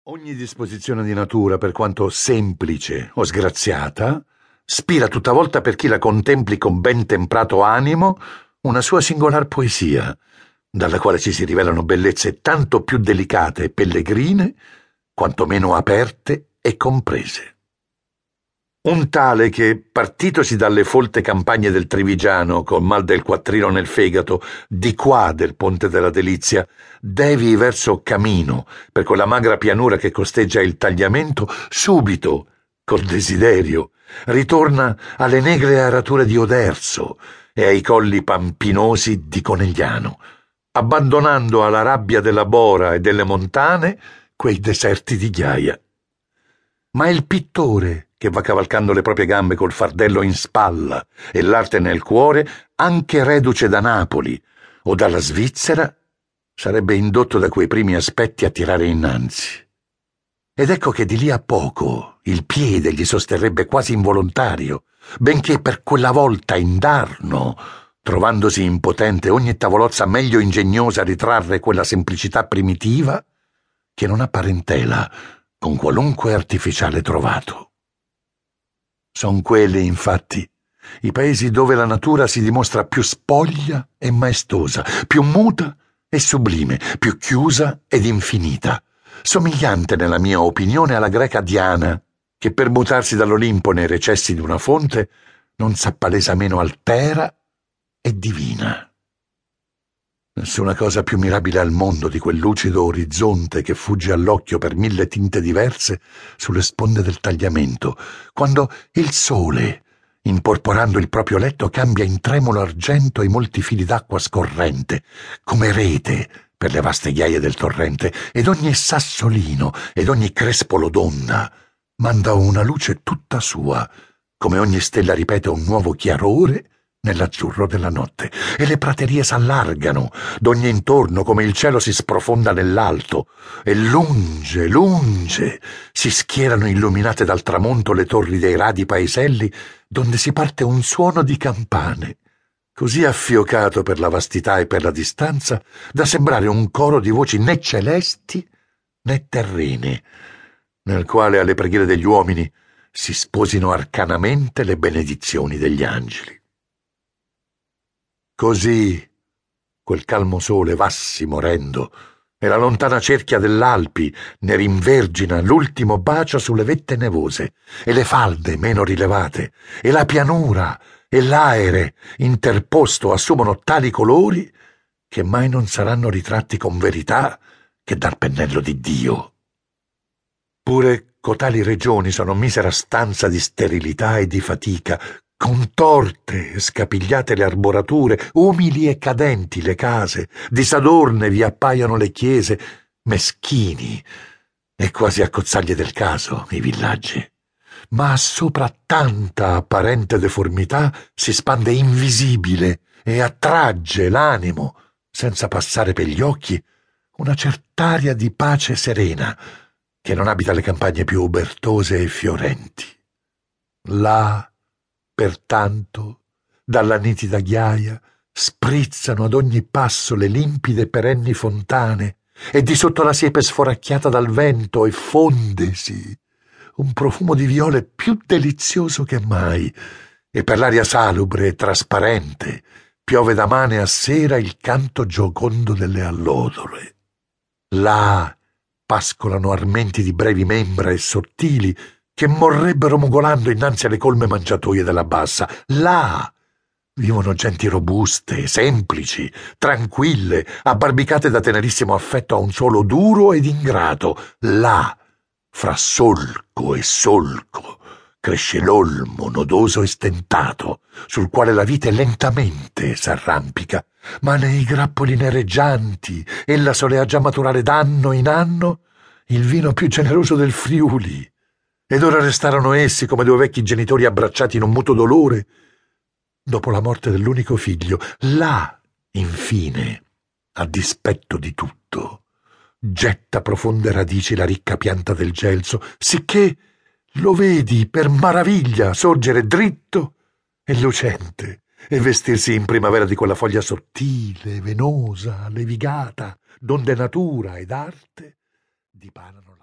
Ogni disposizione di natura, per quanto semplice o sgraziata, spira tuttavolta per chi la contempli con ben temprato animo una sua singolar poesia, dalla quale ci si rivelano bellezze tanto più delicate e pellegrine, quanto meno aperte e comprese. Un tale che, partitosi dalle folte campagne del Trivigiano, col mal del quattrino nel fegato, di qua del Ponte della Delizia, devi verso Camino, per quella magra pianura che costeggia il tagliamento, subito, col desiderio, ritorna alle negre arature di Oderzo e ai colli pampinosi di Conegliano, abbandonando alla rabbia della Bora e delle montane quei deserti di ghiaia. Ma il pittore, che va cavalcando le proprie gambe col fardello in spalla e l'arte nel cuore, anche reduce da Napoli o dalla Svizzera, sarebbe indotto da quei primi aspetti a tirare innanzi. Ed ecco che di lì a poco il piede gli sosterrebbe quasi involontario, benché per quella volta indarno, trovandosi impotente ogni tavolozza meglio ingegnosa a ritrarre quella semplicità primitiva che non ha parentela con qualunque artificiale trovato. Son quelli, infatti, i paesi dove la natura si dimostra più spoglia e maestosa, più muta e sublime, più chiusa ed infinita, somigliante nella mia opinione alla greca Diana, che per mutarsi dall'Olimpo nei recessi di una fonte non s'appalesa meno altera e divina. Nessuna cosa più mirabile al mondo di quel lucido orizzonte che fugge all'occhio per mille tinte diverse sulle sponde del tagliamento, quando il sole, imporporando il proprio letto, cambia in tremulo argento i molti fili d'acqua scorrente, come rete per le vaste ghiaie del torrente, ed ogni sassolino ed ogni crespolo d'onda manda una luce tutta sua, come ogni stella ripete un nuovo chiarore nell'azzurro della notte, e le praterie s'allargano d'ogni intorno come il cielo si sprofonda nell'alto, e lunge, lunge si schierano illuminate dal tramonto le torri dei radi paeselli, donde si parte un suono di campane, così affiocato per la vastità e per la distanza da sembrare un coro di voci né celesti né terrene, nel quale alle preghiere degli uomini si sposino arcanamente le benedizioni degli angeli. Così quel calmo sole vassi morendo, e la lontana cerchia dell'Alpi ne rinvergina l'ultimo bacio sulle vette nevose, e le falde meno rilevate, e la pianura e l'aere interposto assumono tali colori che mai non saranno ritratti con verità che dal pennello di Dio. Pure cotali regioni sono misera stanza di sterilità e di fatica, contorte e scapigliate le arborature, umili e cadenti le case, disadorne vi appaiono le chiese, meschini e quasi accozzaglie del caso i villaggi. Ma sopra tanta apparente deformità si spande invisibile e attragge l'animo, senza passare per gli occhi, una cert'aria di pace serena che non abita le campagne più ubertose e fiorenti. Là, pertanto, dalla nitida ghiaia sprizzano ad ogni passo le limpide perenni fontane, e di sotto la siepe sforacchiata dal vento effondesi un profumo di viole più delizioso che mai, e per l'aria salubre e trasparente piove da mane a sera il canto giocondo delle allodole. Là pascolano armenti di brevi membra e sottili che morrebbero mugolando innanzi alle colme mangiatoie della bassa. Là vivono genti robuste, semplici, tranquille, abbarbicate da tenerissimo affetto a un suolo duro ed ingrato. Là, fra solco e solco, cresce l'olmo nodoso e stentato, sul quale la vite lentamente s'arrampica, ma nei grappoli nereggianti ella solea già maturare d'anno in anno il vino più generoso del Friuli. Ed ora restarono essi come due vecchi genitori abbracciati in un mutuo dolore dopo la morte dell'unico figlio. Là, infine, a dispetto di tutto, getta profonde radici la ricca pianta del gelso, sicché lo vedi per maraviglia sorgere dritto e lucente e vestirsi in primavera di quella foglia sottile, venosa, levigata, donde natura ed arte dipanano